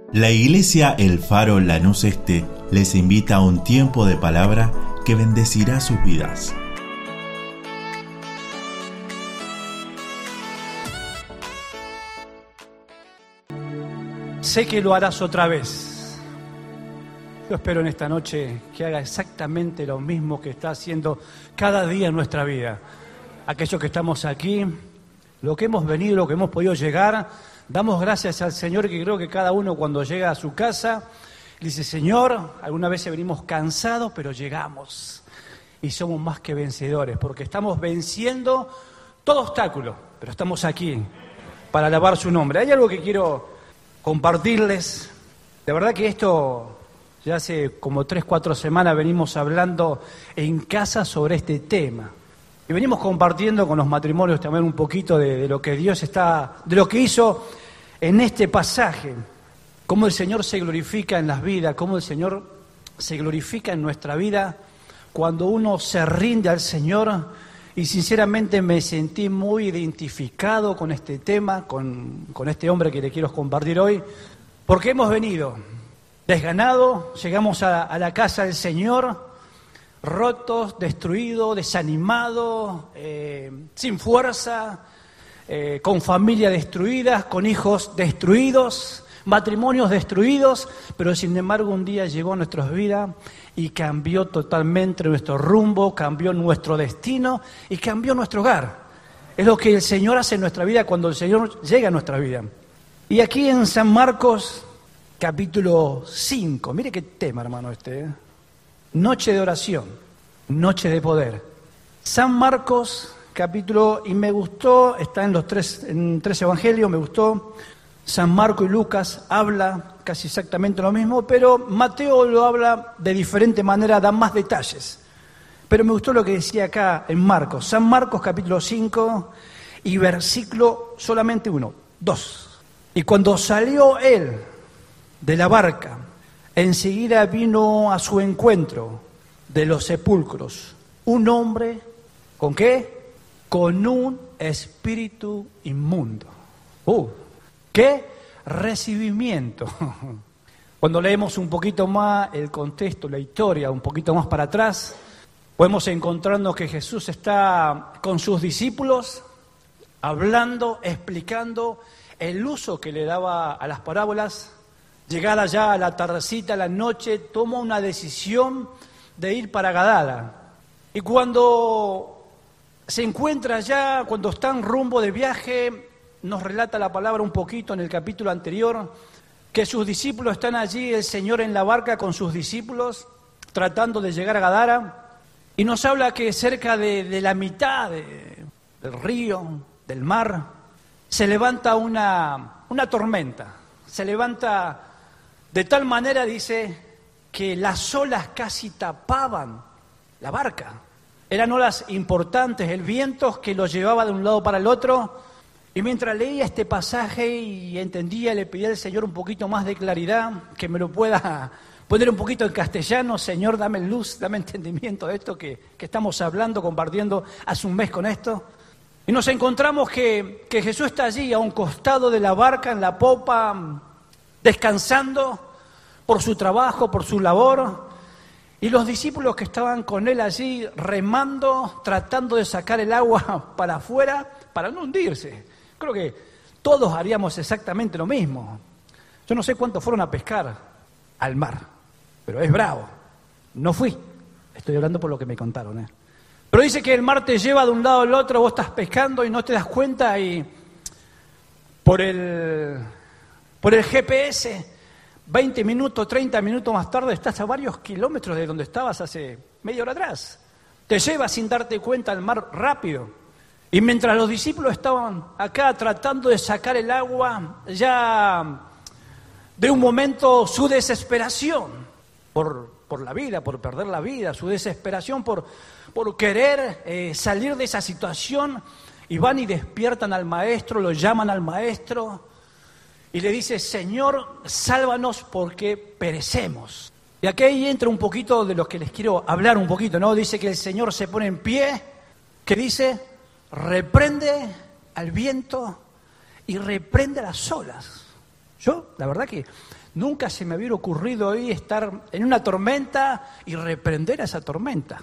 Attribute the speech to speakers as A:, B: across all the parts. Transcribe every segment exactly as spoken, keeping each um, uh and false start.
A: La Iglesia El Faro Lanús Este les invita a un tiempo de palabra que bendecirá sus vidas.
B: Sé que lo harás otra vez. Yo espero en esta noche que haga exactamente lo mismo que está haciendo cada día en nuestra vida. Aquellos que estamos aquí, lo que hemos venido, lo que hemos podido llegar, damos gracias al Señor, que creo que cada uno cuando llega a su casa dice: Señor, alguna vez venimos cansados, pero llegamos y somos más que vencedores, porque estamos venciendo todo obstáculo, pero estamos aquí para alabar su nombre. Hay algo que quiero compartirles. De verdad que esto ya hace como tres, cuatro semanas venimos hablando en casa sobre este tema. Y venimos compartiendo con los matrimonios también un poquito de, de lo que Dios está, de lo que hizo en este pasaje. Cómo el Señor se glorifica en las vidas, cómo el Señor se glorifica en nuestra vida cuando uno se rinde al Señor. Y sinceramente me sentí muy identificado con este tema, con, con este hombre que le quiero compartir hoy, porque hemos venido desganados, llegamos a, a la casa del Señor, rotos, destruidos, desanimados, eh, sin fuerza, eh, con familias destruidas, con hijos destruidos, matrimonios destruidos, pero sin embargo un día llegó a nuestras vidas y cambió totalmente nuestro rumbo, cambió nuestro destino y cambió nuestro hogar. Es lo que el Señor hace en nuestra vida cuando el Señor llega a nuestra vida. Y aquí en San Marcos, capítulo cinco, mire qué tema, hermano, este, ¿eh? Noche de oración, noche de poder. San Marcos, capítulo, y me gustó, está en los tres, en tres evangelios, me gustó. San Marcos y Lucas habla casi exactamente lo mismo, pero Mateo lo habla de diferente manera, da más detalles. Pero me gustó lo que decía acá en Marcos. San Marcos, capítulo cinco, y versículo solamente uno, dos. Y cuando salió él de la barca, enseguida vino a su encuentro de los sepulcros un hombre, ¿con qué? Con un espíritu inmundo. Uh, ¿qué? Recibimiento. Cuando leemos un poquito más el contexto, la historia, un poquito más para atrás, podemos encontrarnos que Jesús está con sus discípulos, hablando, explicando el uso que le daba a las parábolas. Llegada ya a la tardecita, a la noche, toma una decisión de ir para Gadara. Y cuando se encuentra allá, cuando están rumbo de viaje, nos relata la palabra un poquito en el capítulo anterior, que sus discípulos están allí, el Señor en la barca con sus discípulos, tratando de llegar a Gadara. Y nos habla que cerca de, de la mitad de, del río, del mar, se levanta una, una tormenta. Se levanta de tal manera, dice, que las olas casi tapaban la barca. Eran olas importantes, el viento que los llevaba de un lado para el otro. Y mientras leía este pasaje y entendía, le pedía al Señor un poquito más de claridad, que me lo pueda poner un poquito en castellano. Señor, dame luz, dame entendimiento de esto que, que estamos hablando, compartiendo hace un mes con esto. Y nos encontramos que, que Jesús está allí, a un costado de la barca, en la popa, descansando por su trabajo, por su labor, y los discípulos que estaban con él allí remando, tratando de sacar el agua para afuera para no hundirse. Creo que todos haríamos exactamente lo mismo. Yo no sé cuántos fueron a pescar al mar, pero es bravo. No fui, estoy hablando por lo que me contaron, ¿eh? Pero dice que el mar te lleva de un lado al otro, vos estás pescando y no te das cuenta, y por el... Por el G P S, veinte minutos, treinta minutos más tarde, estás a varios kilómetros de donde estabas hace media hora atrás. Te lleva sin darte cuenta al mar rápido. Y mientras los discípulos estaban acá tratando de sacar el agua, ya de un momento su desesperación por, por la vida, por perder la vida, su desesperación por, por querer eh, salir de esa situación, y van y despiertan al maestro, lo llaman al maestro, y le dice: Señor, sálvanos porque perecemos. Y aquí ahí entra un poquito de lo que les quiero hablar un poquito, ¿no? Dice que el Señor se pone en pie, que dice, reprende al viento y reprende las olas. Yo, la verdad que nunca se me hubiera ocurrido hoy estar en una tormenta y reprender a esa tormenta.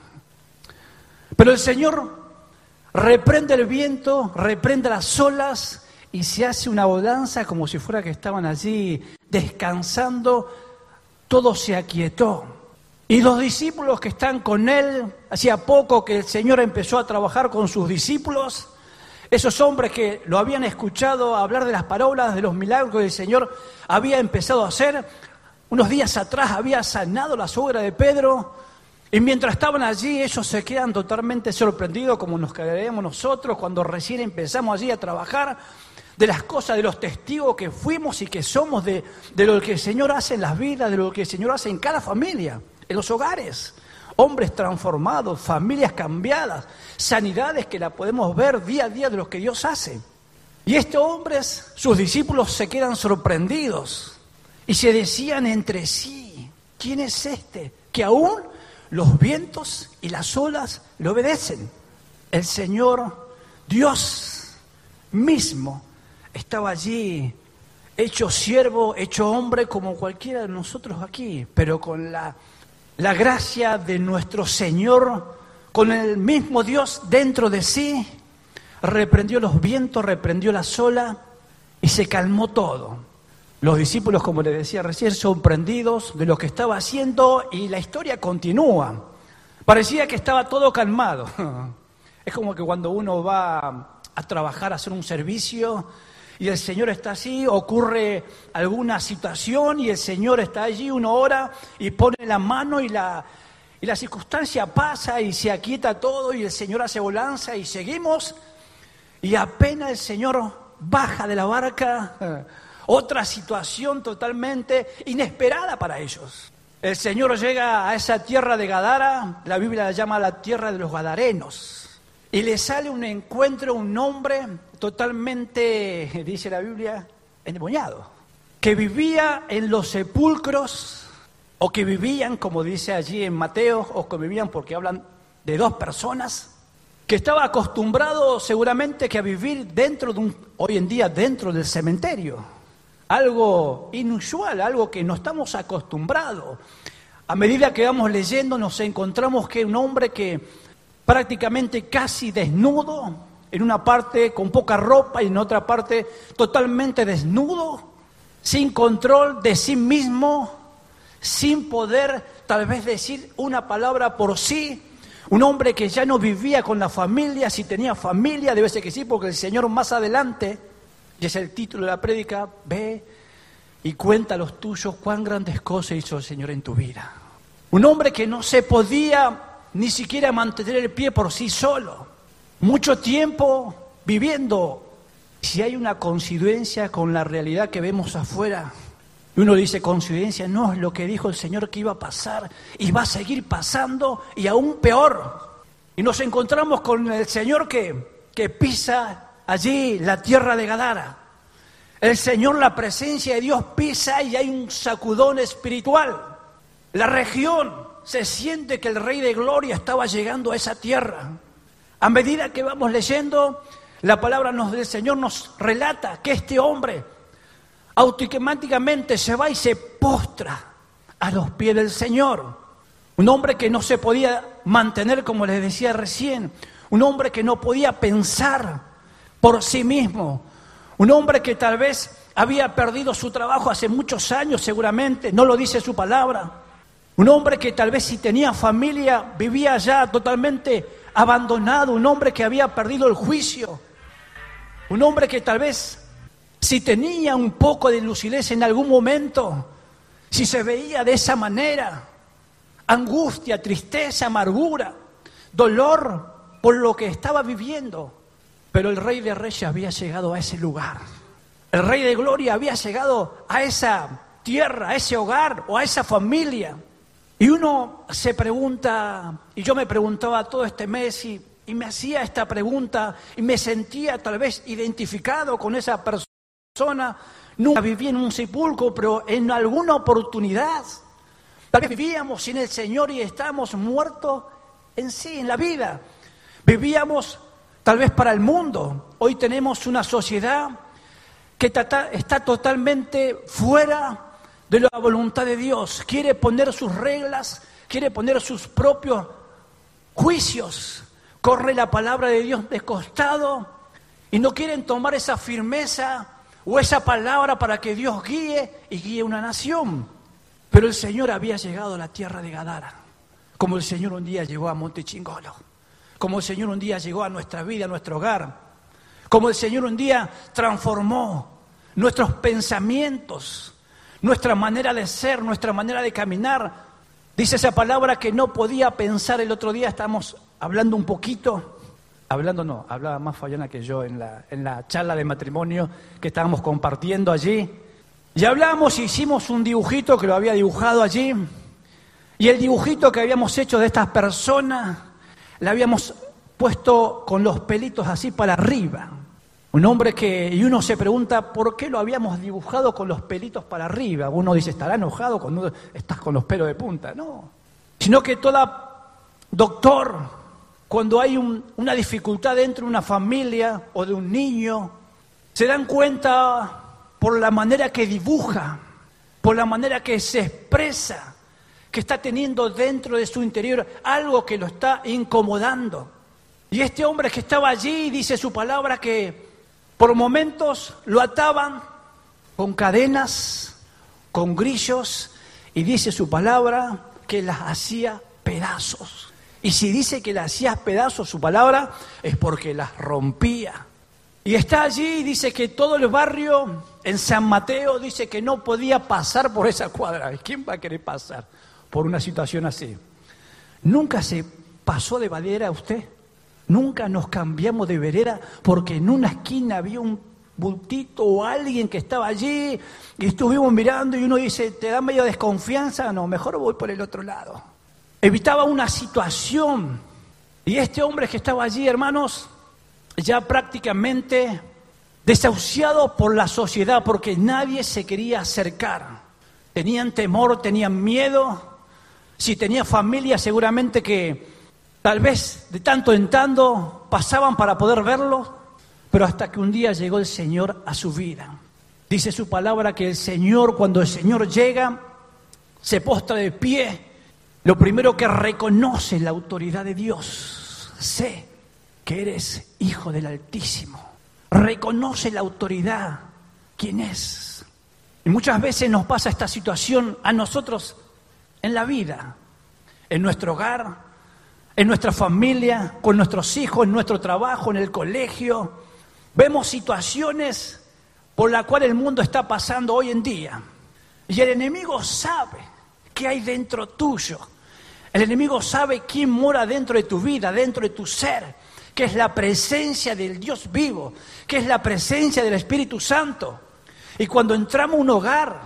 B: Pero el Señor reprende el viento, reprende las olas y se hace una bonanza como si fuera que estaban allí descansando. Todo se aquietó. Y los discípulos que están con Él, hacía poco que el Señor empezó a trabajar con sus discípulos, esos hombres que lo habían escuchado hablar de las parábolas, de los milagros que el Señor había empezado a hacer. Unos días atrás había sanado la suegra de Pedro, y mientras estaban allí ellos se quedan totalmente sorprendidos, como nos quedaríamos nosotros cuando recién empezamos allí a trabajar, de las cosas, de los testigos que fuimos y que somos, de, de lo que el Señor hace en las vidas, de lo que el Señor hace en cada familia, en los hogares. Hombres transformados, familias cambiadas, sanidades que la podemos ver día a día de lo que Dios hace. Y estos hombres, sus discípulos, se quedan sorprendidos y se decían entre sí, ¿quién es este que aún los vientos y las olas le obedecen? El Señor, Dios mismo, estaba allí, hecho siervo, hecho hombre como cualquiera de nosotros aquí, pero con la, la gracia de nuestro Señor, con el mismo Dios dentro de sí, reprendió los vientos, reprendió la ola y se calmó todo. Los discípulos, como les decía recién, sorprendidos de lo que estaba haciendo y la historia continúa. Parecía que estaba todo calmado. Es como que cuando uno va a trabajar, a hacer un servicio y el Señor está así, ocurre alguna situación y el Señor está allí una hora y pone la mano y la, y la circunstancia pasa y se aquieta todo y el Señor hace bonanza y seguimos, y apenas el Señor baja de la barca, otra situación totalmente inesperada para ellos. El Señor llega a esa tierra de Gadara, la Biblia la llama la tierra de los Gadarenos. Y le sale un encuentro, un hombre totalmente, dice la Biblia, endemoniado, que vivía en los sepulcros, o que vivían, como dice allí en Mateo, o que vivían porque hablan de dos personas, que estaba acostumbrado seguramente que a vivir dentro de un, hoy en día dentro del cementerio, algo inusual, algo que no estamos acostumbrados. A medida que vamos leyendo nos encontramos que un hombre que prácticamente casi desnudo, en una parte con poca ropa y en otra parte totalmente desnudo, sin control de sí mismo, sin poder tal vez decir una palabra por sí, un hombre que ya no vivía con la familia, si tenía familia, debe ser que sí, porque el Señor más adelante, y es el título de la prédica, ve y cuenta a los tuyos cuán grandes cosas hizo el Señor en tu vida. Un hombre que no se podía ni siquiera mantener el pie por sí solo. Mucho tiempo viviendo. Si hay una coincidencia con la realidad que vemos afuera, y uno dice coincidencia, no, es lo que dijo el Señor que iba a pasar, y va a seguir pasando, y aún peor. Y nos encontramos con el Señor que, que pisa allí la tierra de Gadara. El Señor, la presencia de Dios pisa y hay un sacudón espiritual. La región se siente que el Rey de Gloria estaba llegando a esa tierra. A medida que vamos leyendo, la palabra nos, del Señor nos relata que este hombre automáticamente se va y se postra a los pies del Señor. Un hombre que no se podía mantener, como les decía recién. Un hombre que no podía pensar por sí mismo. Un hombre que tal vez había perdido su trabajo hace muchos años seguramente, no lo dice su palabra. Un hombre que tal vez si tenía familia vivía ya totalmente abandonado, un hombre que había perdido el juicio, un hombre que tal vez si tenía un poco de lucidez en algún momento, si se veía de esa manera, angustia, tristeza, amargura, dolor por lo que estaba viviendo, pero el Rey de Reyes había llegado a ese lugar, el Rey de Gloria había llegado a esa tierra, a ese hogar o a esa familia. Y uno se pregunta, y yo me preguntaba todo este mes y, y me hacía esta pregunta y me sentía tal vez identificado con esa persona. Nunca viví en un sepulcro, pero en alguna oportunidad tal vez vivíamos sin el Señor y estábamos muertos en sí, en la vida. Vivíamos tal vez para el mundo. Hoy tenemos una sociedad que está, está totalmente fuera de la voluntad de Dios. Quiere poner sus reglas, quiere poner sus propios juicios. Corre la palabra de Dios de costado y no quieren tomar esa firmeza o esa palabra para que Dios guíe y guíe una nación. Pero el Señor había llegado a la tierra de Gadara, como el Señor un día llegó a Monte Chingolo, como el Señor un día llegó a nuestra vida, a nuestro hogar, como el Señor un día transformó nuestros pensamientos, nuestra manera de ser, nuestra manera de caminar. Dice esa palabra que no podía pensar. El otro día estábamos hablando un poquito, hablando no, hablaba más Fayana que yo en la, en la charla de matrimonio que estábamos compartiendo allí. Y hablamos y hicimos un dibujito que lo había dibujado allí. Y el dibujito que habíamos hecho de estas personas, le habíamos puesto con los pelitos así para arriba. Un hombre que, y uno se pregunta, ¿por qué lo habíamos dibujado con los pelitos para arriba? Uno dice, ¿estará enojado cuando estás con los pelos de punta? No. Sino que toda doctor, cuando hay un, una dificultad dentro de una familia o de un niño, se dan cuenta por la manera que dibuja, por la manera que se expresa, que está teniendo dentro de su interior algo que lo está incomodando. Y este hombre que estaba allí, dice su palabra, que por momentos lo ataban con cadenas, con grillos, y dice su palabra que las hacía pedazos. Y si dice que las hacía pedazos, su palabra, es porque las rompía. Y está allí y dice que todo el barrio en San Mateo dice que no podía pasar por esa cuadra. ¿Quién va a querer pasar por una situación así? ¿Nunca se pasó de vereda usted? ¿Nunca nos cambiamos de vereda porque en una esquina había un bultito o alguien que estaba allí y estuvimos mirando y uno dice, ¿te da medio desconfianza? No, mejor voy por el otro lado. Evitaba una situación. Y este hombre que estaba allí, hermanos, ya prácticamente desahuciado por la sociedad porque nadie se quería acercar. Tenían temor, tenían miedo. Si tenía familia, seguramente que tal vez de tanto en tanto pasaban para poder verlo, pero hasta que un día llegó el Señor a su vida. Dice su palabra que el Señor, cuando el Señor llega, se postra de pie. Lo primero que reconoce es la autoridad de Dios. Sé que eres hijo del Altísimo. Reconoce la autoridad. ¿Quién es? Y muchas veces nos pasa esta situación a nosotros en la vida, en nuestro hogar, en nuestra familia, con nuestros hijos, en nuestro trabajo, en el colegio. Vemos situaciones por las cuales el mundo está pasando hoy en día. Y el enemigo sabe qué hay dentro tuyo. El enemigo sabe quién mora dentro de tu vida, dentro de tu ser, que es la presencia del Dios vivo, que es la presencia del Espíritu Santo. Y cuando entramos a un hogar,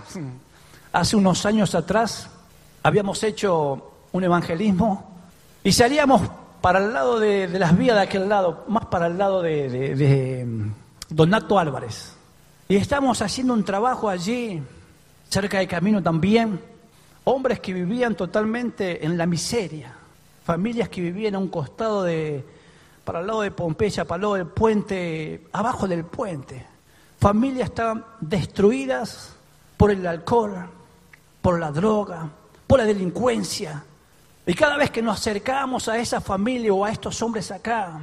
B: hace unos años atrás, habíamos hecho un evangelismo y salíamos para el lado de, de las vías de aquel lado, más para el lado de, de, de Donato Álvarez. Y estábamos haciendo un trabajo allí, cerca del camino también. Hombres que vivían totalmente en la miseria, familias que vivían a un costado de, para el lado de Pompeya, para el lado del puente, abajo del puente. Familias estaban destruidas por el alcohol, por la droga, por la delincuencia. Y cada vez que nos acercábamos a esa familia o a estos hombres acá,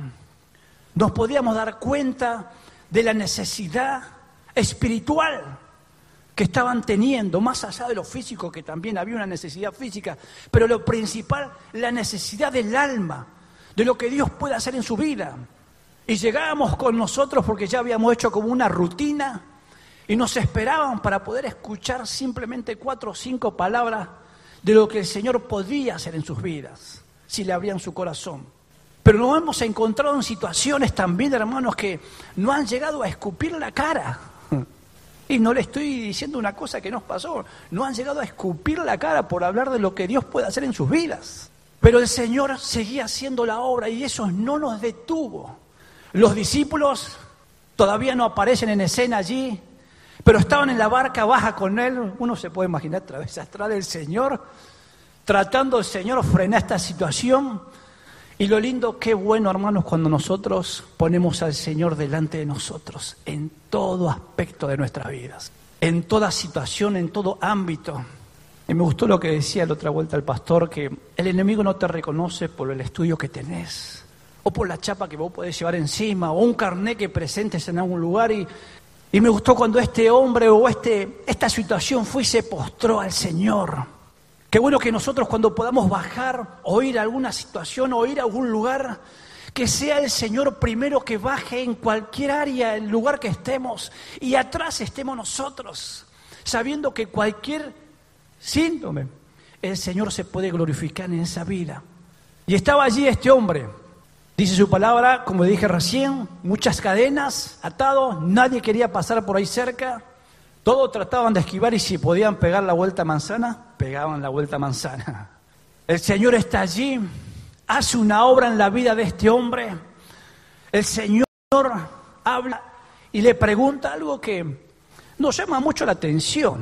B: nos podíamos dar cuenta de la necesidad espiritual que estaban teniendo, más allá de lo físico, que también había una necesidad física, pero lo principal, la necesidad del alma, de lo que Dios puede hacer en su vida. Y llegábamos con nosotros porque ya habíamos hecho como una rutina y nos esperaban para poder escuchar simplemente cuatro o cinco palabras de lo que el Señor podía hacer en sus vidas, si le abrían su corazón. Pero nos hemos encontrado en situaciones también, hermanos, que no han llegado a escupir la cara. Y no le estoy diciendo una cosa que nos pasó. No han llegado a escupir la cara por hablar de lo que Dios puede hacer en sus vidas. Pero el Señor seguía haciendo la obra y eso no nos detuvo. Los discípulos todavía no aparecen en escena allí, pero estaban en la barca baja con Él. Uno se puede imaginar atrás del Señor, tratando el Señor frenar esta situación. Y lo lindo, qué bueno, hermanos, cuando nosotros ponemos al Señor delante de nosotros, en todo aspecto de nuestras vidas, en toda situación, en todo ámbito. Y me gustó lo que decía la otra vuelta el pastor, que el enemigo no te reconoce por el estudio que tenés, o por la chapa que vos podés llevar encima, o un carné que presentes en algún lugar. Y, y me gustó cuando este hombre o este, esta situación fue y se postró al Señor. Qué bueno que nosotros cuando podamos bajar o ir a alguna situación o ir a algún lugar, que sea el Señor primero que baje en cualquier área, el lugar que estemos, y atrás estemos nosotros, sabiendo que cualquier síntoma, el Señor se puede glorificar en esa vida. Y estaba allí este hombre, dice su palabra, como dije recién, muchas cadenas, atados, nadie quería pasar por ahí cerca. Todos trataban de esquivar y si podían pegar la vuelta manzana, pegaban la vuelta manzana. El Señor está allí, hace una obra en la vida de este hombre. El Señor habla y le pregunta algo que nos llama mucho la atención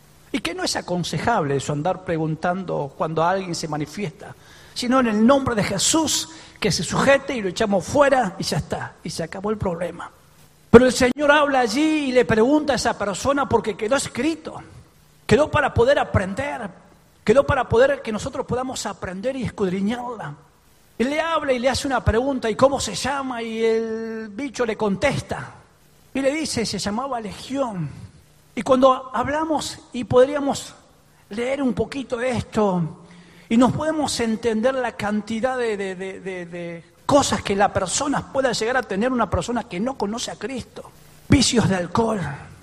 B: y que no es aconsejable eso, andar preguntando cuando alguien se manifiesta, sino en el nombre de Jesús, que se sujete y lo echamos fuera y ya está, y se acabó el problema. Pero el Señor habla allí y le pregunta a esa persona porque quedó escrito, quedó para poder aprender, quedó para poder que nosotros podamos aprender y escudriñarla. Y le habla y le hace una pregunta, ¿y cómo se llama? Y el bicho le contesta y le dice, se llamaba Legión. Y cuando hablamos y podríamos leer un poquito de esto y nos podemos entender la cantidad de, de, de, de, de cosas que la persona pueda llegar a tener, una persona que no conoce a Cristo. Vicios de alcohol,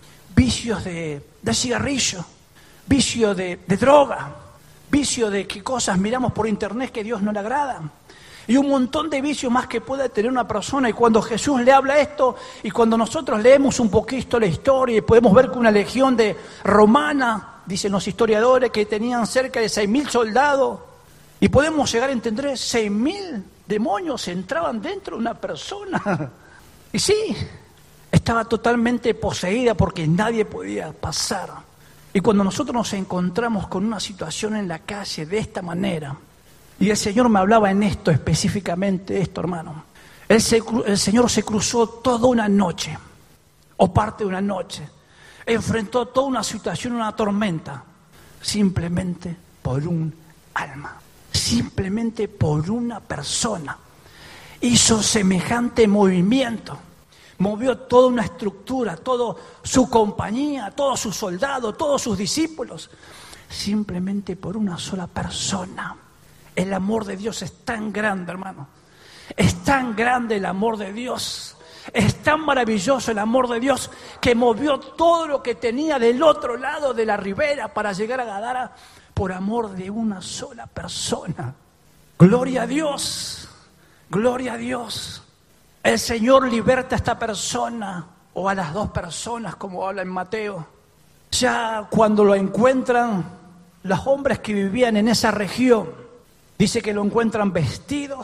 B: vicios de, de cigarrillo, vicio de, de droga, vicio de qué cosas miramos por internet que a Dios no le agradan. Y un montón de vicios más que puede tener una persona. Y cuando Jesús le habla esto, y cuando nosotros leemos un poquito la historia y podemos ver que una legión de romana, dicen los historiadores, que tenían cerca de seis mil soldados, y podemos llegar a entender seis mil demonios entraban dentro de una persona. Y sí, estaba totalmente poseída porque nadie podía pasar. Y cuando nosotros nos encontramos con una situación en la calle de esta manera, y el Señor me hablaba en esto específicamente, esto hermano, el, se, el Señor se cruzó toda una noche, o parte de una noche, enfrentó toda una situación, una tormenta, simplemente por un alma. Simplemente por una persona. Hizo semejante movimiento. Movió toda una estructura, toda su compañía, todos sus soldados, todos sus discípulos. Simplemente por una sola persona. El amor de Dios es tan grande, hermano. Es tan grande el amor de Dios. Es tan maravilloso el amor de Dios que movió todo lo que tenía del otro lado de la ribera para llegar a Gadara, por amor de una sola persona. Gloria a Dios, gloria a Dios. El Señor liberta a esta persona, o a las dos personas, como habla en Mateo. Ya cuando lo encuentran, los hombres que vivían en esa región, dice que lo encuentran vestido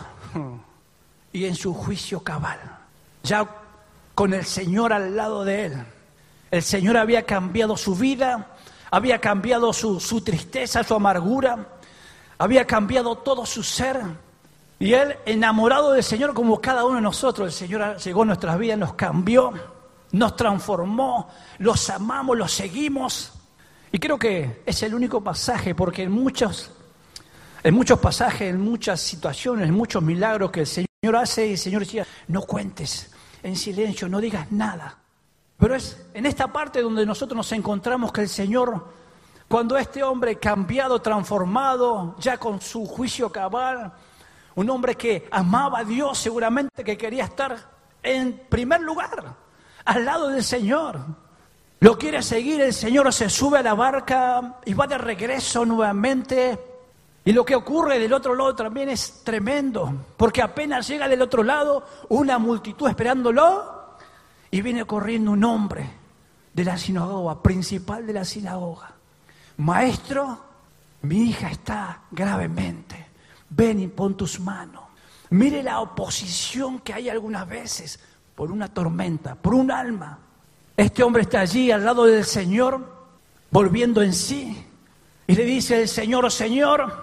B: y en su juicio cabal. Ya con el Señor al lado de él. El Señor había cambiado su vida, había cambiado su, su tristeza, su amargura, había cambiado todo su ser. Y él, enamorado del Señor como cada uno de nosotros, el Señor llegó a nuestras vidas, nos cambió, nos transformó, los amamos, los seguimos. Y creo que es el único pasaje, porque en muchos, en muchos pasajes, en muchas situaciones, en muchos milagros que el Señor hace, y el Señor decía, no cuentes, en silencio, no digas nada. Pero es en esta parte donde nosotros nos encontramos que el Señor, cuando este hombre cambiado, transformado, ya con su juicio cabal, un hombre que amaba a Dios, seguramente que quería estar en primer lugar, al lado del Señor. Lo quiere seguir, el Señor se sube a la barca y va de regreso nuevamente. Y lo que ocurre del otro lado también es tremendo, porque apenas llega del otro lado, una multitud esperándolo, y viene corriendo un hombre de la sinagoga, principal de la sinagoga. Maestro, mi hija está gravemente. Ven y pon tus manos. Mire la oposición que hay algunas veces por una tormenta, por un alma. Este hombre está allí al lado del Señor, volviendo en sí. Y le dice el Señor, Señor,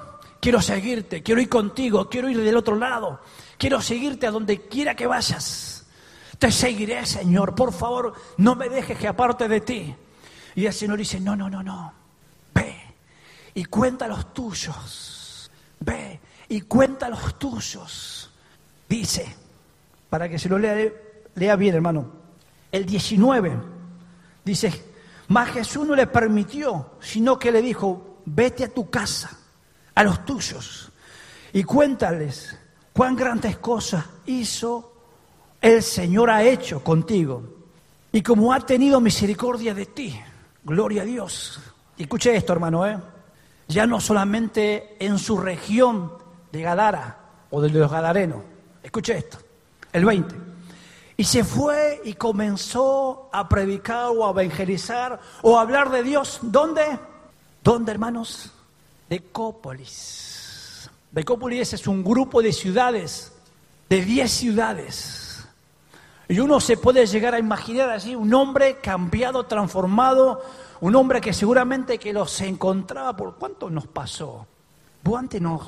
B: quiero seguirte, quiero ir contigo, quiero ir del otro lado, quiero seguirte a donde quiera que vayas. Te seguiré, Señor, por favor, no me dejes que aparte de ti. Y el Señor dice, no, no, no, no, ve y cuenta los tuyos, ve y cuenta los tuyos. Dice, para que se lo lea, lea bien, hermano, el diecinueve, dice, mas Jesús no le permitió, sino que le dijo, vete a tu casa, a los tuyos, y cuéntales cuán grandes cosas hizo el Señor ha hecho contigo, y como ha tenido misericordia de ti. Gloria a Dios. Y escuche esto, hermano, ¿eh? Ya no solamente en su región de Gadara o de los Gadarenos. Escuche esto, el veinte. Y se fue y comenzó a predicar o a evangelizar o a hablar de Dios. ¿Dónde? ¿Dónde, hermanos? Decópolis. Decópolis es un grupo de ciudades, de diez ciudades. Y uno se puede llegar a imaginar allí un hombre cambiado, transformado, un hombre que seguramente que los encontraba. ¿Por cuánto nos pasó? ¿Vos antes no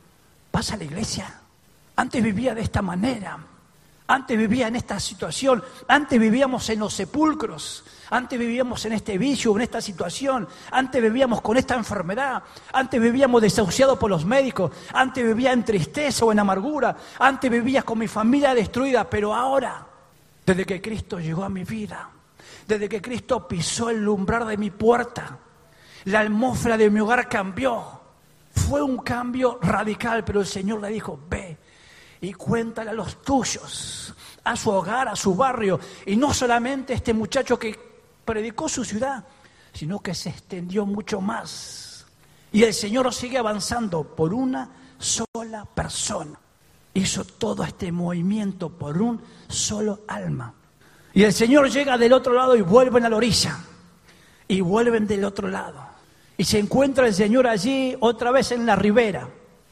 B: vas a la iglesia? Antes vivía de esta manera. Antes vivía en esta situación. Antes vivíamos en los sepulcros. Antes vivíamos en este vicio, en esta situación. Antes vivíamos con esta enfermedad. Antes vivíamos desahuciados por los médicos. Antes vivía en tristeza o en amargura. Antes vivía con mi familia destruida. Pero ahora, desde que Cristo llegó a mi vida, desde que Cristo pisó el umbral de mi puerta, la atmósfera de mi hogar cambió. Fue un cambio radical, pero el Señor le dijo, ve y cuéntale a los tuyos, a su hogar, a su barrio. Y no solamente este muchacho que predicó su ciudad, sino que se extendió mucho más. Y el Señor sigue avanzando por una sola persona. Hizo todo este movimiento por un solo alma. Y el Señor llega del otro lado y vuelven a la orilla. Y vuelven del otro lado. Y se encuentra el Señor allí otra vez en la ribera.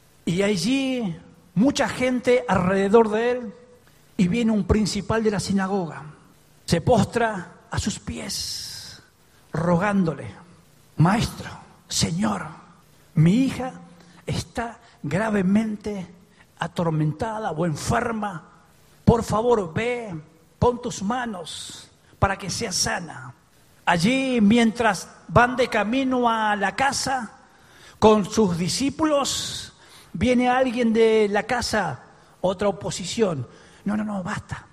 B: Y allí mucha gente alrededor de él. Y viene un principal de la sinagoga. Se postra a sus pies, rogándole, Maestro, Señor, mi hija está gravemente atormentada o enferma, por favor ve, pon tus manos para que sea sana. Allí, mientras van de camino a la casa con sus discípulos, viene alguien de la casa, otra oposición. No, no, no, basta,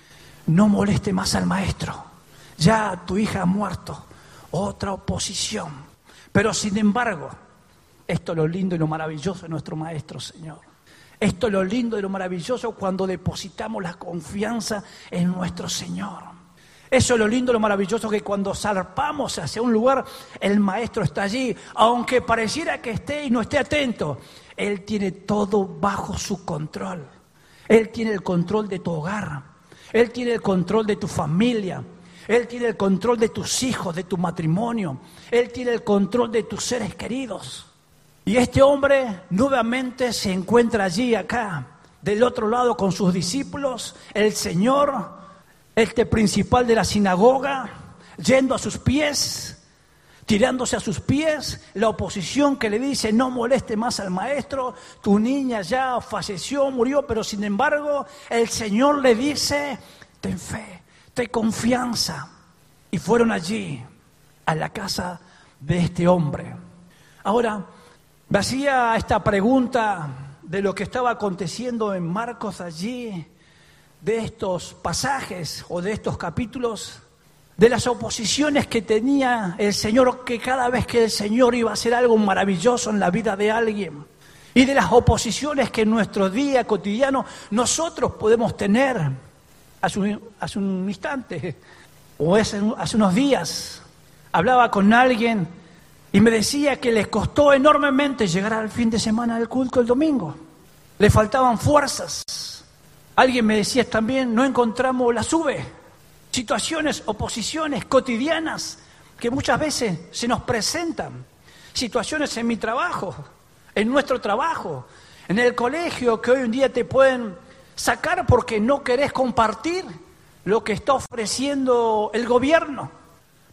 B: no moleste más al maestro, ya tu hija ha muerto. Otra oposición, pero sin embargo, esto es lo lindo y lo maravilloso de nuestro maestro, Señor. Esto es lo lindo y lo maravilloso cuando depositamos la confianza en nuestro Señor. Eso es lo lindo y lo maravilloso, que cuando zarpamos hacia un lugar, el Maestro está allí. Aunque pareciera que esté y no esté atento, Él tiene todo bajo su control. Él tiene el control de tu hogar. Él tiene el control de tu familia. Él tiene el control de tus hijos, de tu matrimonio. Él tiene el control de tus seres queridos. Y este hombre nuevamente se encuentra allí, acá, del otro lado con sus discípulos, el Señor, este principal de la sinagoga, yendo a sus pies, tirándose a sus pies, la oposición que le dice, no moleste más al maestro, tu niña ya falleció, murió, pero sin embargo, el Señor le dice, ten fe, ten confianza. Y fueron allí, a la casa de este hombre. Ahora, me hacía esta pregunta de lo que estaba aconteciendo en Marcos allí, de estos pasajes o de estos capítulos, de las oposiciones que tenía el Señor, que cada vez que el Señor iba a hacer algo maravilloso en la vida de alguien, y de las oposiciones que en nuestro día cotidiano nosotros podemos tener. Hace un, hace un instante, o hace, hace unos días, hablaba con alguien y me decía que les costó enormemente llegar al fin de semana del culto el domingo. Le faltaban fuerzas. Alguien me decía también, no encontramos la sube. Situaciones, oposiciones cotidianas que muchas veces se nos presentan. Situaciones en mi trabajo, en nuestro trabajo, en el colegio, que hoy en día te pueden sacar porque no querés compartir lo que está ofreciendo el gobierno.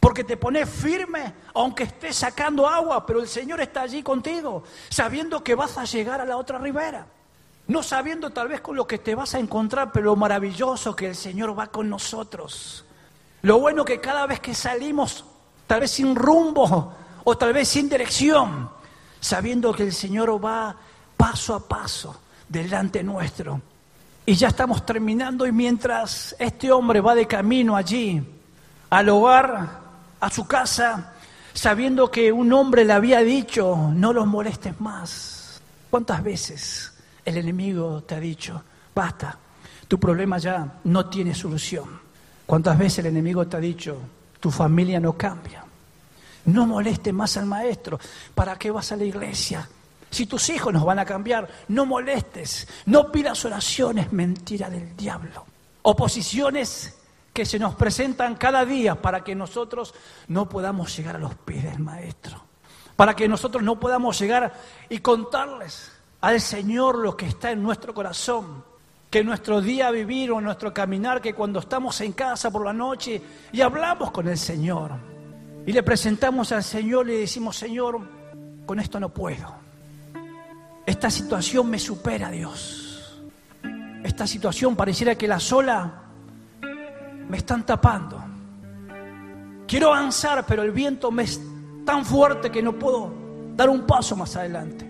B: Porque te pones firme, aunque estés sacando agua, pero el Señor está allí contigo, sabiendo que vas a llegar a la otra ribera. No sabiendo tal vez con lo que te vas a encontrar, pero lo maravilloso que el Señor va con nosotros. Lo bueno que cada vez que salimos, tal vez sin rumbo o tal vez sin dirección, sabiendo que el Señor va paso a paso delante nuestro. Y ya estamos terminando, y mientras este hombre va de camino allí, al hogar, a su casa, sabiendo que un hombre le había dicho, no los molestes más. ¿Cuántas veces el enemigo te ha dicho, basta, tu problema ya no tiene solución? ¿Cuántas veces el enemigo te ha dicho, tu familia no cambia? No molestes más al maestro. ¿Para qué vas a la iglesia? Si tus hijos nos van a cambiar, no molestes, no pidas oraciones, mentira del diablo. Oposiciones que se nos presentan cada día para que nosotros no podamos llegar a los pies del maestro. Para que nosotros no podamos llegar y contarles al Señor lo que está en nuestro corazón. Que nuestro día vivir o nuestro caminar, que cuando estamos en casa por la noche y hablamos con el Señor y le presentamos al Señor, le decimos, Señor, con esto no puedo. Esta situación me supera, Dios. Esta situación pareciera que la sola me están tapando. Quiero avanzar, pero el viento me es tan fuerte que no puedo dar un paso más adelante.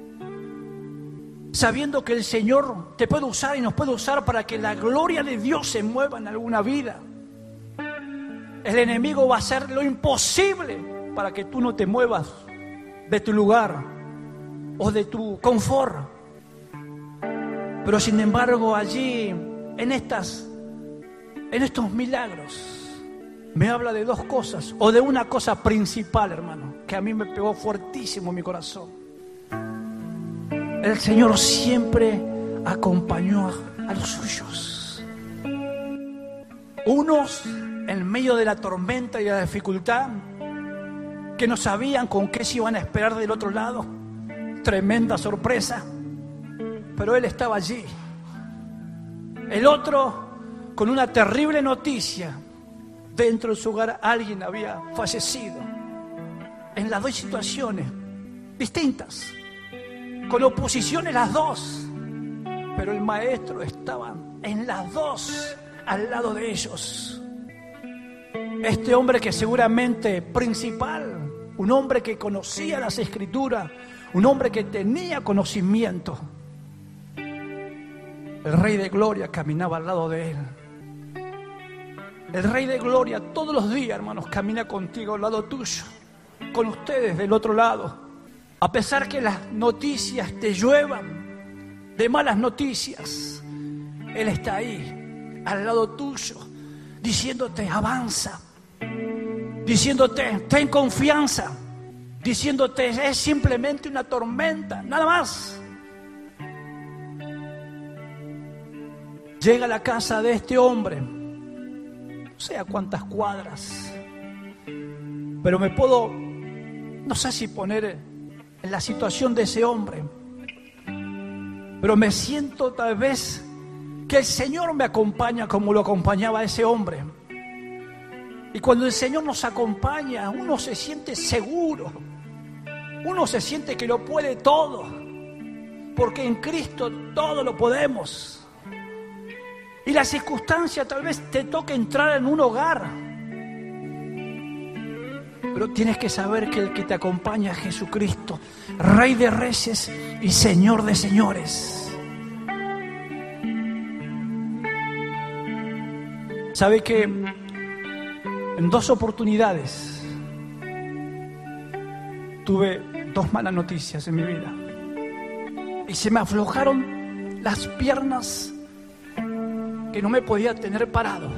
B: Sabiendo que el Señor te puede usar y nos puede usar para que la gloria de Dios se mueva en alguna vida. El enemigo va a hacer lo imposible para que tú no te muevas de tu lugar o de tu confort. Pero sin embargo allí, en estas, en estos milagros, me habla de dos cosas, o de una cosa principal, hermano, que a mí me pegó fuertísimo en mi corazón. El Señor siempre acompañó a, a los suyos. Unos en medio de la tormenta y de la dificultad, que no sabían con qué se iban a esperar del otro lado. Tremenda sorpresa, pero Él estaba allí. El otro con una terrible noticia. Dentro de su hogar alguien había fallecido. En las dos situaciones distintas, con oposiciones las dos, pero el maestro estaba en las dos al lado de ellos. Este hombre que seguramente principal, un hombre que conocía las Escrituras, un hombre que tenía conocimiento, el Rey de Gloria caminaba al lado de él. El Rey de Gloria todos los días, hermanos, camina contigo al lado tuyo, con ustedes del otro lado. A pesar que las noticias te lluevan de malas noticias, Él está ahí, al lado tuyo, diciéndote avanza, diciéndote ten confianza, diciéndote es simplemente una tormenta, nada más. Llega a la casa de este hombre, no sé a cuántas cuadras, pero me puedo, no sé si poner en la situación de ese hombre, pero me siento tal vez que el Señor me acompaña como lo acompañaba a ese hombre. Y cuando el Señor nos acompaña, uno se siente seguro, uno se siente que lo puede todo, porque en Cristo todo lo podemos. Y la circunstancia tal vez te toque entrar en un hogar, pero tienes que saber que el que te acompaña es Jesucristo, Rey de Reyes y Señor de Señores. ¿Sabe que en dos oportunidades tuve dos malas noticias en mi vida? Y se me aflojaron las piernas que no me podía tener parado.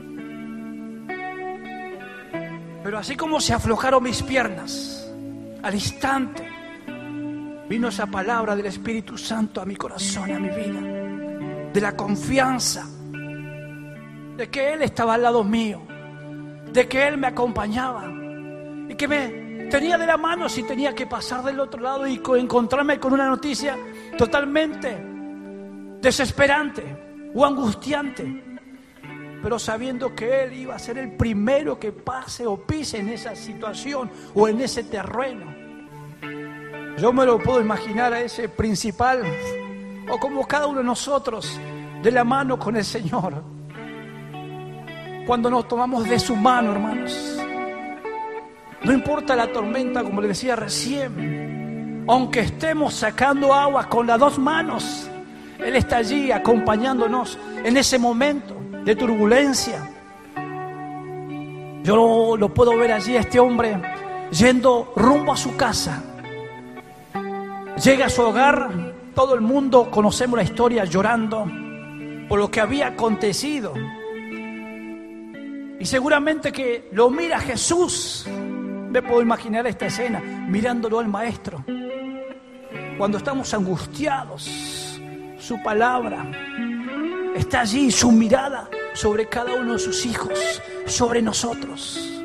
B: Pero así como se aflojaron mis piernas, al instante vino esa palabra del Espíritu Santo a mi corazón, a mi vida, de la confianza de que Él estaba al lado mío, de que Él me acompañaba y que me tenía de la mano si tenía que pasar del otro lado y encontrarme con una noticia totalmente desesperante o angustiante. pero sabiendo que Él iba a ser el primero que pase o pise en esa situación o en ese terreno. Yo me lo puedo imaginar a ese principal, o como cada uno de nosotros, de la mano con el Señor. Cuando nos tomamos de su mano, hermanos, no importa la tormenta, como le decía recién, aunque estemos sacando agua con las dos manos, Él está allí acompañándonos en ese momento de turbulencia. Yo lo, lo puedo ver allí, este hombre yendo rumbo a su casa. Llega a su hogar, todo el mundo conocemos la historia, llorando por lo que había acontecido. Y seguramente que lo mira Jesús. Me puedo imaginar esta escena, mirándolo al Maestro. Cuando estamos angustiados, su palabra está allí, su mirada sobre cada uno de sus hijos, sobre nosotros.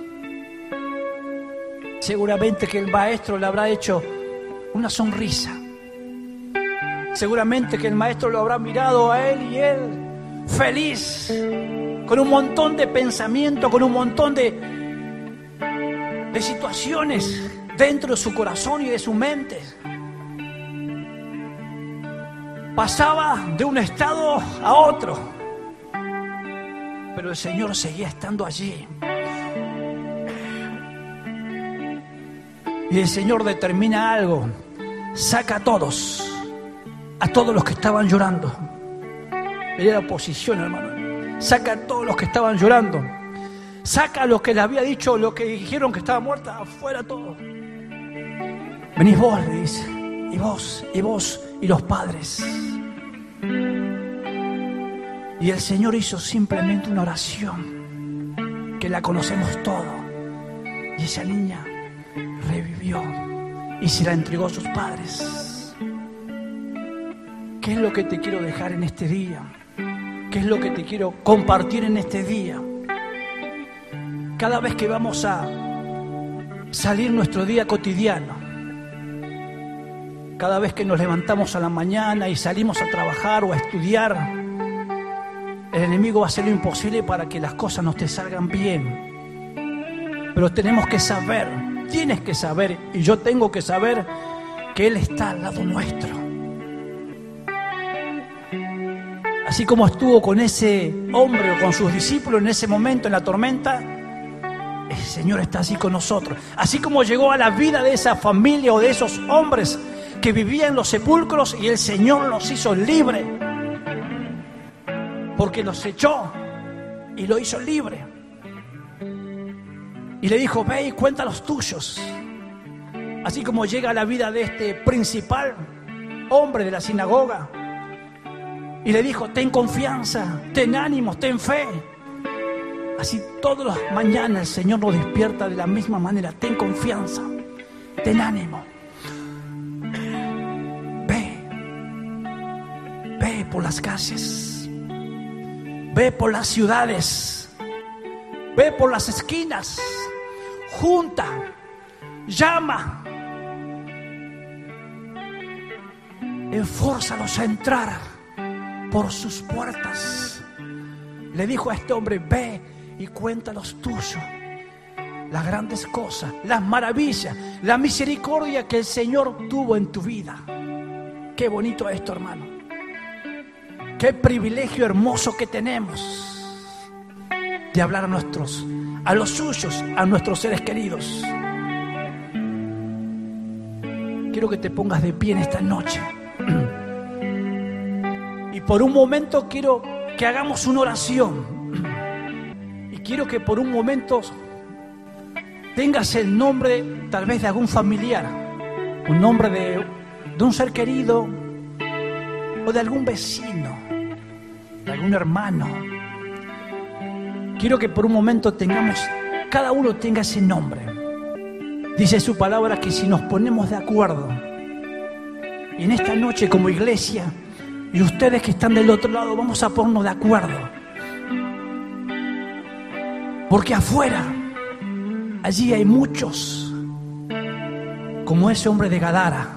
B: Seguramente que el Maestro le habrá hecho una sonrisa. Seguramente que el Maestro lo habrá mirado a él y él feliz, con un montón de pensamientos, con un montón de, de situaciones dentro de su corazón y de su mente. Pasaba de un estado a otro, pero el Señor seguía estando allí. Y el Señor determina algo: saca a todos, a todos los que estaban llorando. Era la oposición, hermano. Saca a todos los que estaban llorando. Saca a los que le había dicho, los que dijeron que estaba muerta, afuera todos. Venís vos, le dice, y vos, y vos, y los padres. Y el Señor hizo simplemente una oración que la conocemos todos. Y esa niña revivió y se la entregó a sus padres. ¿Qué es lo que te quiero dejar en este día? ¿Qué es lo que te quiero compartir en este día? Cada vez que vamos a salir nuestro día cotidiano, cada vez que nos levantamos a la mañana y salimos a trabajar o a estudiar, el enemigo va a hacer lo imposible para que las cosas no te salgan bien. Pero tenemos que saber, tienes que saber, y yo tengo que saber que Él está al lado nuestro. Así como estuvo con ese hombre o con sus discípulos en ese momento en la tormenta, el Señor está así con nosotros. Así como llegó a la vida de esa familia o de esos hombres que vivían en los sepulcros y el Señor los hizo libres, porque los echó y lo hizo libre. Y le dijo, ve y cuenta los tuyos. Así como llega a la vida de este principal hombre de la sinagoga y le dijo, ten confianza, ten ánimo, ten fe. Así todas las mañanas el Señor nos despierta de la misma manera. Ten confianza, ten ánimo. Ve, ve por las calles, ve por las ciudades, ve por las esquinas, junta, llama, enfórzalos a entrar por sus puertas. Le dijo a este hombre, ve y cuenta los tuyos, las grandes cosas, las maravillas, la misericordia que el Señor tuvo en tu vida. Qué bonito esto, hermano. Qué privilegio hermoso que tenemos de hablar a nuestros, a los suyos, a nuestros seres queridos. Quiero que te pongas de pie en esta noche. Y por un momento quiero que hagamos una oración. Y quiero que por un momento tengas el nombre tal vez de algún familiar, un nombre de, de un ser querido o de algún vecino, de algún hermano. Quiero que por un momento tengamos, cada uno tenga ese nombre. Dice su palabra que si nos ponemos de acuerdo, y en esta noche como iglesia, y ustedes que están del otro lado, vamos a ponernos de acuerdo. Porque afuera, allí hay muchos, como ese hombre de Gadara,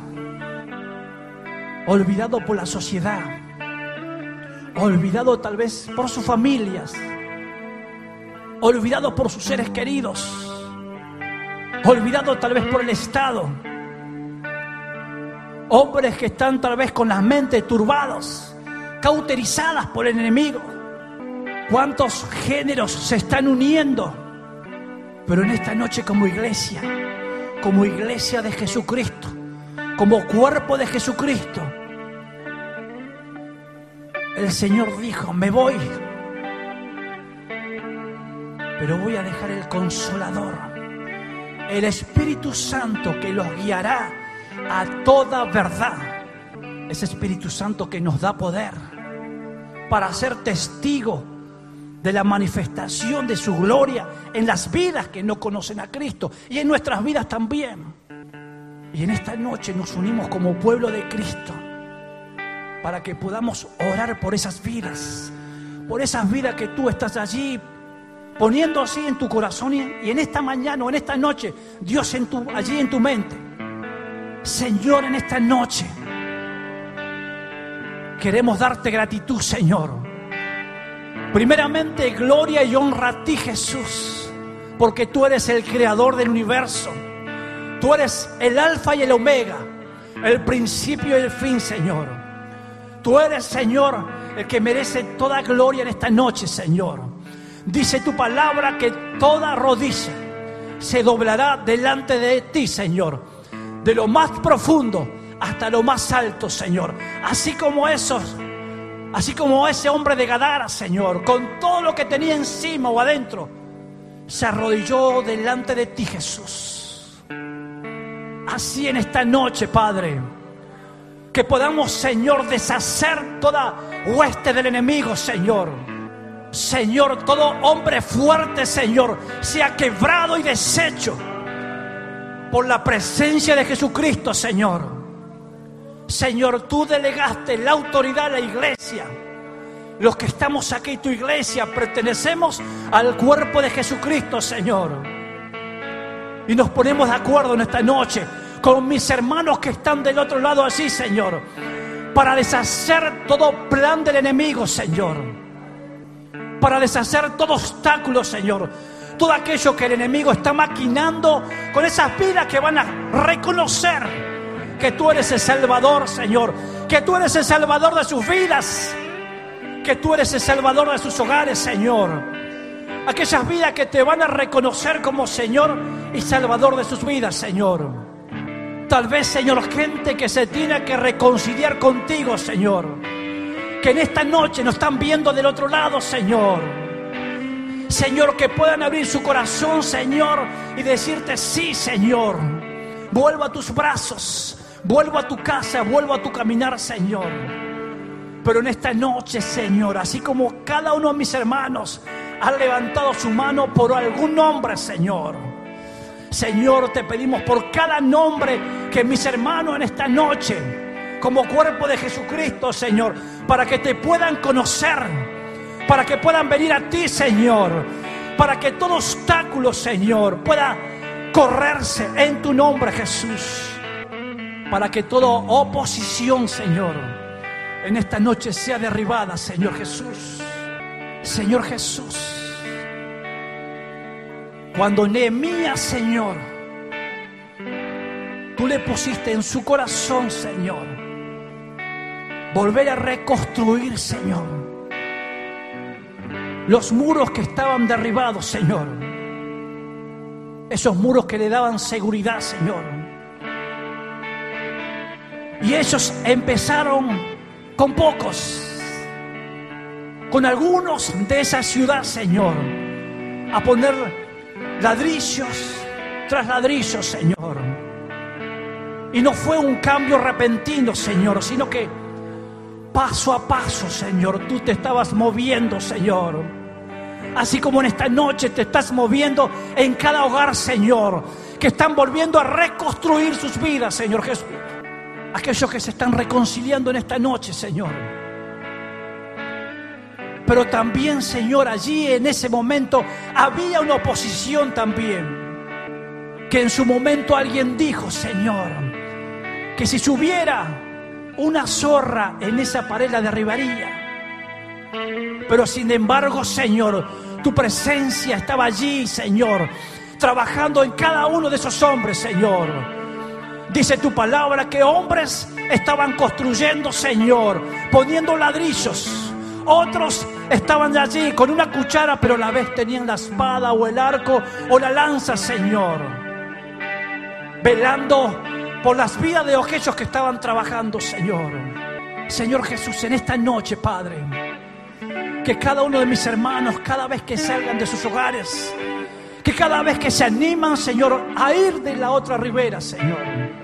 B: olvidado por la sociedad, olvidado tal vez por sus familias, olvidado por sus seres queridos, olvidado tal vez por el Estado. Hombres que están tal vez con las mentes turbados, cauterizadas por el enemigo. ¿Cuántos géneros se están uniendo? Pero en esta noche, como iglesia, como iglesia de Jesucristo, como cuerpo de Jesucristo, el Señor dijo: me voy, pero voy a dejar el Consolador, el Espíritu Santo, que los guiará a toda verdad. Ese Espíritu Santo que nos da poder para ser testigo de la manifestación de su gloria en las vidas que no conocen a Cristo y en nuestras vidas también. Y en esta noche nos unimos como pueblo de Cristo para que podamos orar por esas vidas, por esas vidas que tú estás allí poniendo así en tu corazón y, y en esta mañana o en esta noche, Dios en tu, allí en tu mente. Señor, en esta noche queremos darte gratitud, Señor. Primeramente, gloria y honra a ti, Jesús, porque tú eres el creador del universo. Tú eres el alfa y el omega, el principio y el fin, Señor. Tú eres, Señor, el que merece toda gloria en esta noche, Señor. Dice tu palabra que toda rodilla se doblará delante de ti, Señor, de lo más profundo hasta lo más alto, Señor. Así como esos, así como ese hombre de Gadara, Señor, con todo lo que tenía encima o adentro, se arrodilló delante de ti, Jesús. Así en esta noche, Padre, que podamos, Señor, deshacer toda hueste del enemigo, Señor. Señor, todo hombre fuerte, Señor, sea quebrado y deshecho por la presencia de Jesucristo, Señor. Señor, tú delegaste la autoridad a la iglesia. Los que estamos aquí, tu iglesia, pertenecemos al cuerpo de Jesucristo, Señor. Y nos ponemos de acuerdo en esta noche con mis hermanos que están del otro lado allí, Señor, para deshacer todo plan del enemigo, Señor. Para deshacer todo obstáculo, Señor. Todo aquello que el enemigo está maquinando con esas vidas que van a reconocer que tú eres el Salvador, Señor. Que tú eres el Salvador de sus vidas. Que tú eres el Salvador de sus hogares, Señor. Aquellas vidas que te van a reconocer como Señor y Salvador de sus vidas, Señor. Tal vez, Señor, gente que se tiene que reconciliar contigo, Señor. Que en esta noche nos están viendo del otro lado, Señor. Señor, que puedan abrir su corazón, Señor, y decirte: sí, Señor. Vuelvo a tus brazos. Vuelvo a tu casa, vuelvo a tu caminar, Señor. Pero en esta noche, Señor, así como cada uno de mis hermanos ha levantado su mano por algún nombre, Señor. Señor, te pedimos por cada nombre que mis hermanos en esta noche, como cuerpo de Jesucristo, Señor, para que te puedan conocer, para que puedan venir a ti, Señor, para que todo obstáculo, Señor, pueda correrse en tu nombre, Jesús. Para que toda oposición, Señor, en esta noche sea derribada, Señor Jesús. Señor Jesús. Cuando Nehemías, Señor, tú le pusiste en su corazón, Señor, volver a reconstruir, Señor, los muros que estaban derribados, Señor. Esos muros que le daban seguridad, Señor. Y ellos empezaron con pocos, con algunos de esa ciudad, Señor, a poner ladrillos tras ladrillos, Señor. Y no fue un cambio repentino, Señor, sino que paso a paso, Señor, tú te estabas moviendo, Señor. Así como en esta noche te estás moviendo en cada hogar, Señor, que están volviendo a reconstruir sus vidas, Señor Jesús. Aquellos que se están reconciliando en esta noche, Señor. Pero también, Señor, allí en ese momento había una oposición también. Que en su momento alguien dijo, Señor, que si subiera una zorra en esa pared la derribaría. Pero sin embargo, Señor, Tu presencia estaba allí, Señor, trabajando en cada uno de esos hombres, Señor. Dice tu palabra que hombres estaban construyendo, Señor, poniendo ladrillos. Otros estaban allí con una cuchara, pero a la vez tenían la espada o el arco o la lanza, Señor, velando por las vidas de aquellos que estaban trabajando, Señor. Señor Jesús, en esta noche, Padre, que cada uno de mis hermanos, cada vez que salgan de sus hogares, que cada vez que se animan, Señor, a ir de la otra ribera, Señor,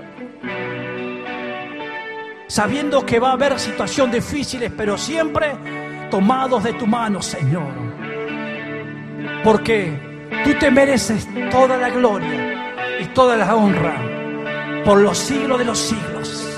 B: sabiendo que va a haber situaciones difíciles, pero siempre tomados de tu mano, Señor, porque tú te mereces toda la gloria y toda la honra por los siglos de los siglos.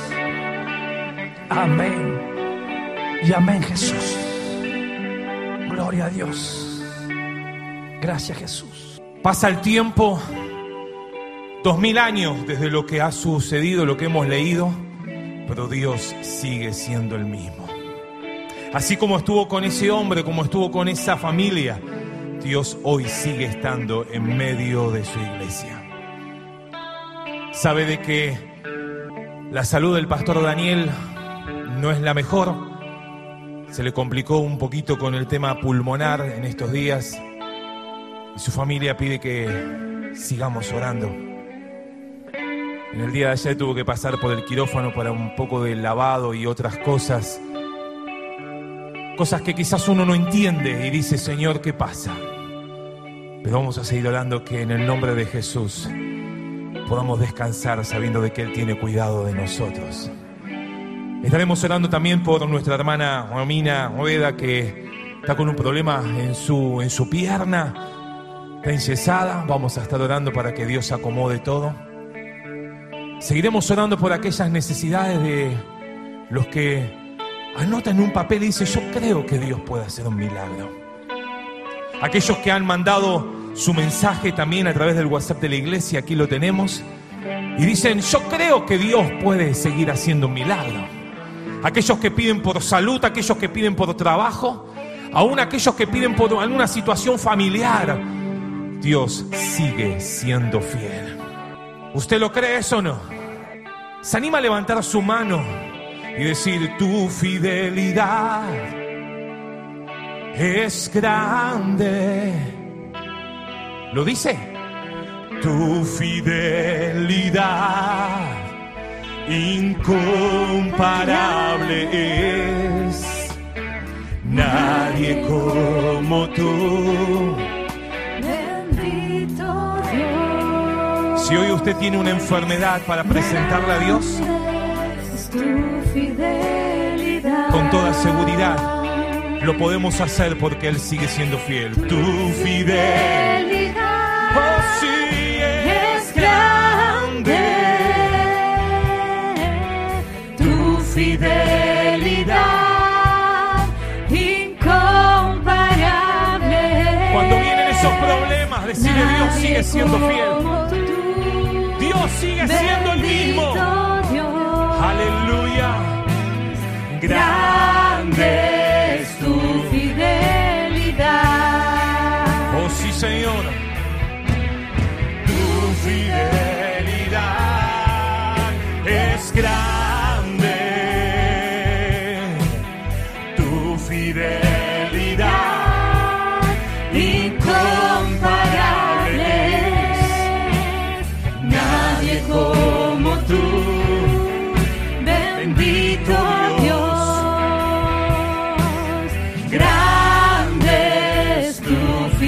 B: Amén y amén, Jesús. Gloria a Dios. Gracias, Jesús.
C: Pasa el tiempo, dos mil años desde lo que ha sucedido, lo que hemos leído, pero Dios sigue siendo el mismo. Así como estuvo con ese hombre, como estuvo con esa familia, Dios hoy sigue estando en medio de su iglesia. Sabe de que la salud del pastor Daniel no es la mejor. Se le complicó un poquito con el tema pulmonar en estos días. Y su familia pide que sigamos orando. En el día de ayer tuvo que pasar por el quirófano para un poco de lavado y otras cosas. Cosas que quizás uno no entiende y dice, Señor, ¿qué pasa? Pero vamos a seguir orando que en el nombre de Jesús podamos descansar sabiendo de que Él tiene cuidado de nosotros. Estaremos orando también por nuestra hermana Romina Oveda, que está con un problema en su, en su pierna, está enyesada. Vamos a estar orando para que Dios acomode todo. Seguiremos orando por aquellas necesidades de los que anotan en un papel y dicen, yo creo que Dios puede hacer un milagro. Aquellos que han mandado su mensaje también a través del WhatsApp de la iglesia, aquí lo tenemos, y dicen, yo creo que Dios puede seguir haciendo un milagro. Aquellos que piden por salud, aquellos que piden por trabajo, aún aquellos que piden por alguna situación familiar, Dios sigue siendo fiel. ¿Usted lo cree eso o no? ¿Se anima a levantar su mano y decir, tu fidelidad es grande? ¿Lo dice? Tu fidelidad incomparable es, nadie como tú.
D: Bendito Dios.
C: Si hoy usted tiene una enfermedad para presentarla a Dios,
D: Tu fidelidad,
C: con toda seguridad lo podemos hacer porque Él sigue siendo fiel. Tu fidelidad, oh sí, es grande.
D: Tu fidelidad incomparable.
C: Cuando vienen esos problemas, decirle, Dios sigue siendo fiel. Dios sigue siendo el mismo. Aleluya.
D: Grande es tu fidelidad.
C: Oh sí, Señor. Tu fidelidad es grande. Tu fidelidad incomparable. Nadie como tú.
D: Bendito Dios, grande es tu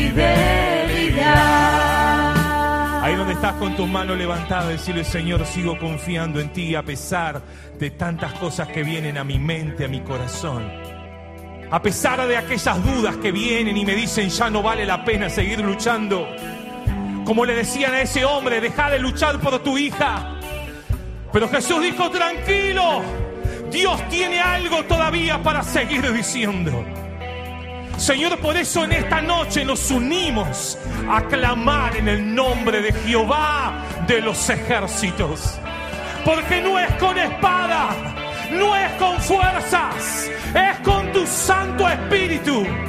D: fidelidad.
C: Ahí donde estás con tus manos levantadas, decirle, Señor, sigo confiando en ti a pesar de tantas cosas que vienen a mi mente, a mi corazón. A pesar de aquellas dudas que vienen y me dicen, ya no vale la pena seguir luchando. Como le decían a ese hombre, deja de luchar por tu hija. Pero Jesús dijo, tranquilo, Dios tiene algo todavía para seguir diciendo. Señor, por eso en esta noche nos unimos a clamar en el nombre de Jehová de los ejércitos. Porque no es con espada, no es con fuerzas, es con tu Santo Espíritu.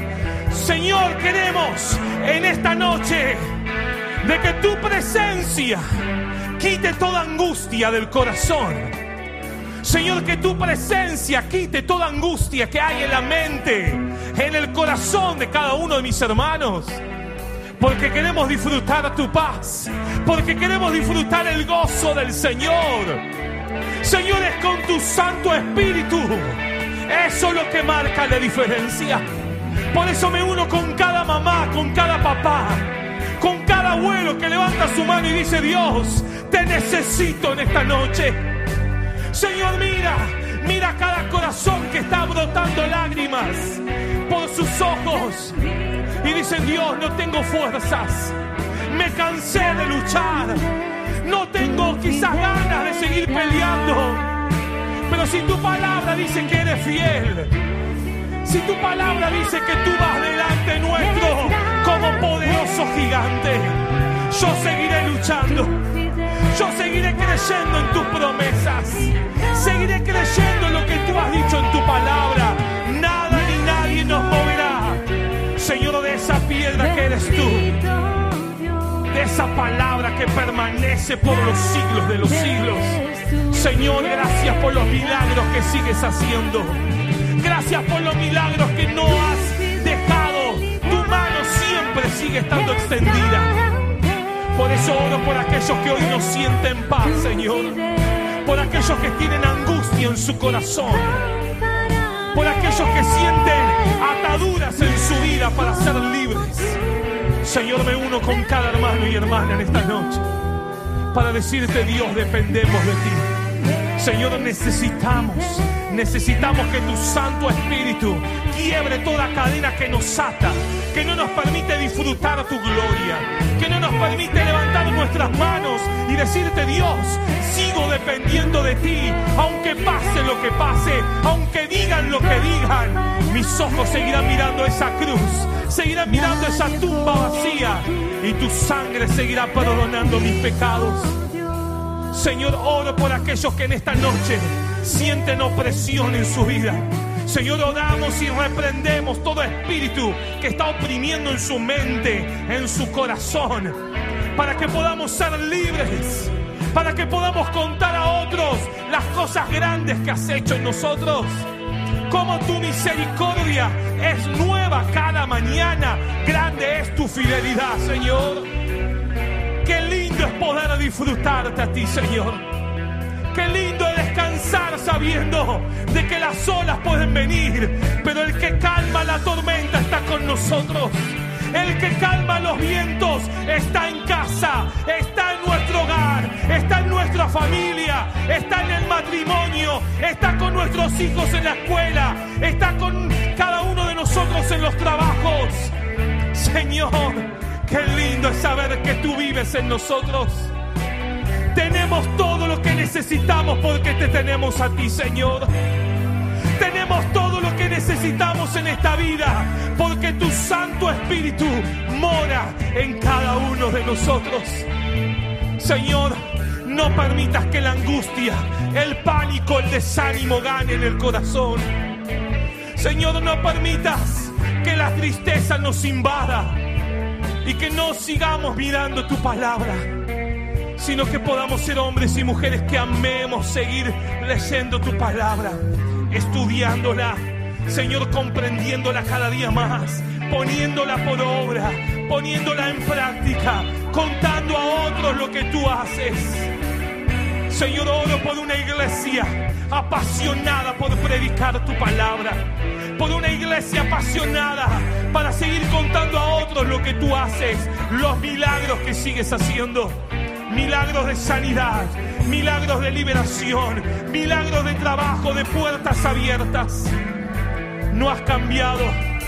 C: Señor, queremos en esta noche de que tu presencia quite toda angustia del corazón. Señor, que tu presencia quite toda angustia que hay en la mente, en el corazón de cada uno de mis hermanos. Porque queremos disfrutar tu paz, porque queremos disfrutar el gozo del Señor. Señor, es con tu Santo Espíritu. Eso es lo que marca la diferencia. Por eso me uno con cada mamá, con cada papá, con cada abuelo que levanta su mano y dice: Dios, te necesito en esta noche. Señor, mira, mira cada corazón que está brotando lágrimas por sus ojos y dicen: Dios, no tengo fuerzas, me cansé de luchar, no tengo quizás ganas de seguir peleando, pero si tu palabra dice que eres fiel, si tu palabra dice que tú vas delante nuestro como poderoso gigante, yo seguiré luchando, yo seguiré creyendo en tus promesas, seguiré creyendo en lo que tú has dicho en tu palabra. Nada ni nadie nos moverá, Señor, de esa piedra que eres tú, de esa palabra que permanece por los siglos de los siglos. Señor, gracias por los milagros que sigues haciendo. Gracias por los milagros que no has dejado. Tu mano siempre sigue estando extendida. Por eso oro por aquellos que hoy no sienten paz, Señor. Por aquellos que tienen angustia en su corazón. Por aquellos que sienten ataduras en su vida para ser libres. Señor, me uno con cada hermano y hermana en esta noche para decirte: Dios, dependemos de ti. Señor, necesitamos, necesitamos que tu Santo Espíritu quiebre toda cadena que nos ata, que no nos permite disfrutar tu gloria, que no nos permite levantar nuestras manos y decirte: Dios, sigo dependiendo de ti, aunque pase lo que pase, aunque digan lo que digan, mis ojos seguirán mirando esa cruz, seguirán mirando esa tumba vacía y tu sangre seguirá perdonando mis pecados. Señor, oro por aquellos que en esta noche sienten opresión en su vida. Señor, oramos y reprendemos todo espíritu que está oprimiendo en su mente, en su corazón, para que podamos ser libres, para que podamos contar a otros las cosas grandes que has hecho en nosotros. Como tu misericordia es nueva cada mañana, grande es tu fidelidad, Señor. Qué lindo es poder disfrutarte a ti, Señor. Qué lindo es descansar sabiendo de que las olas pueden venir, pero el que calma la tormenta está con nosotros. El que calma los vientos está en casa, está en nuestro hogar, está en nuestra familia, está en el matrimonio, está con nuestros hijos en la escuela, está con cada uno de nosotros en los trabajos. Señor, qué lindo es saber que tú vives en nosotros. Tenemos todo lo que necesitamos porque te tenemos a ti, Señor. Tenemos todo lo que necesitamos en esta vida porque tu Santo Espíritu mora en cada uno de nosotros. Señor, no permitas que la angustia, el pánico, el desánimo gane en el corazón. Señor, no permitas que la tristeza nos invada y que no sigamos mirando tu palabra, sino que podamos ser hombres y mujeres que amemos seguir leyendo tu palabra, estudiándola, Señor, comprendiéndola cada día más, poniéndola por obra, poniéndola en práctica, contando a otros lo que tú haces. Señor, oro por una iglesia apasionada por predicar tu palabra, por una iglesia apasionada para seguir contando a otros lo que tú haces, los milagros que sigues haciendo. Milagros de sanidad, milagros de liberación, milagros de trabajo, de puertas abiertas. No has cambiado,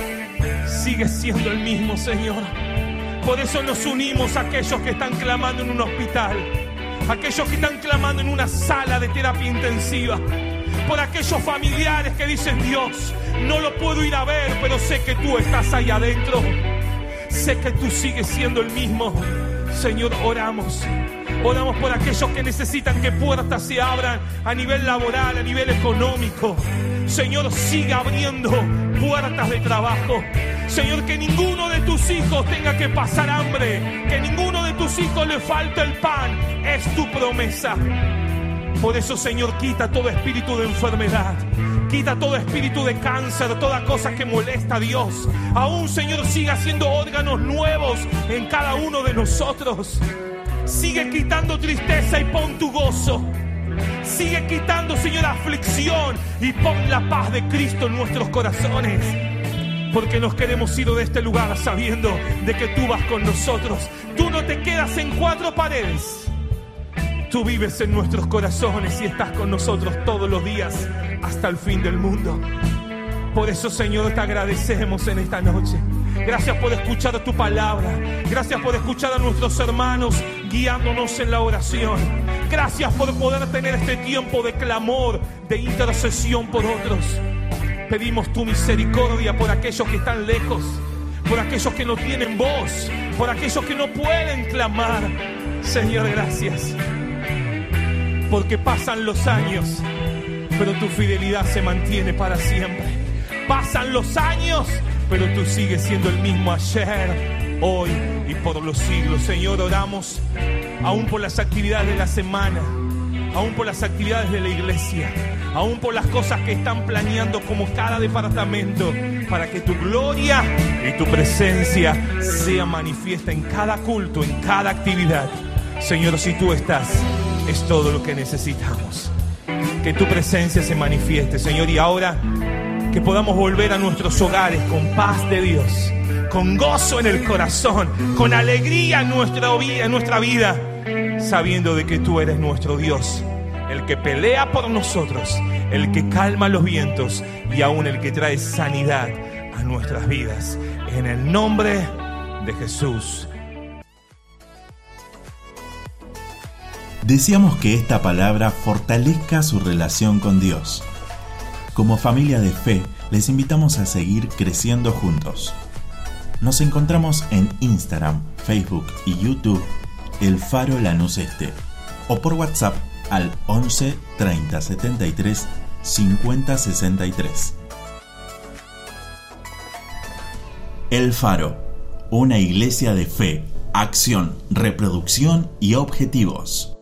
C: sigues siendo el mismo, Señor. Por eso nos unimos a aquellos que están clamando en un hospital, aquellos que están clamando en una sala de terapia intensiva, por aquellos familiares que dicen: Dios, no lo puedo ir a ver, pero sé que tú estás ahí adentro, sé que tú sigues siendo el mismo. Señor, oramos, Oramos por aquellos que necesitan que puertas se abran a nivel laboral, a nivel económico. Señor, siga abriendo puertas de trabajo. Señor, que ninguno de tus hijos tenga que pasar hambre, que ninguno de tus hijos le falte el pan. Es tu promesa. Por eso, Señor, quita todo espíritu de enfermedad, quita todo espíritu de cáncer, toda cosa que molesta a Dios. Aún, Señor, siga haciendo órganos nuevos en cada uno de nosotros. Sigue quitando tristeza y pon tu gozo. Sigue quitando, Señor, aflicción y pon la paz de Cristo en nuestros corazones. Porque nos queremos ir de este lugar sabiendo de que tú vas con nosotros. Tú no te quedas en cuatro paredes. Tú vives en nuestros corazones y estás con nosotros todos los días hasta el fin del mundo. Por eso, Señor, te agradecemos en esta noche. Gracias por escuchar tu palabra. Gracias por escuchar a nuestros hermanos guiándonos en la oración. Gracias por poder tener este tiempo de clamor, de intercesión por otros. Pedimos tu misericordia por aquellos que están lejos, por aquellos que no tienen voz, por aquellos que no pueden clamar. Señor, gracias. Porque pasan los años, pero tu fidelidad se mantiene para siempre. Pasan los años, pero tú sigues siendo el mismo ayer, hoy y por los siglos. Señor, oramos aún por las actividades de la semana, aún por las actividades de la iglesia, aún por las cosas que están planeando como cada departamento, para que tu gloria y tu presencia sea manifiesta en cada culto, en cada actividad. Señor, si tú estás, es todo lo que necesitamos. Que tu presencia se manifieste, Señor, y ahora que podamos volver a nuestros hogares con paz de Dios, con gozo en el corazón, con alegría en nuestra vida, en nuestra vida, sabiendo de que tú eres nuestro Dios, el que pelea por nosotros, el que calma los vientos y aún el que trae sanidad a nuestras vidas. En el nombre de Jesús.
A: Deseamos que esta palabra fortalezca su relación con Dios. Como familia de fe, les invitamos a seguir creciendo juntos. Nos encontramos en Instagram, Facebook y YouTube, El Faro Lanús Este, o por WhatsApp al once treinta setenta y tres cincuenta sesenta y tres. El Faro, una iglesia de fe, acción, reproducción y objetivos.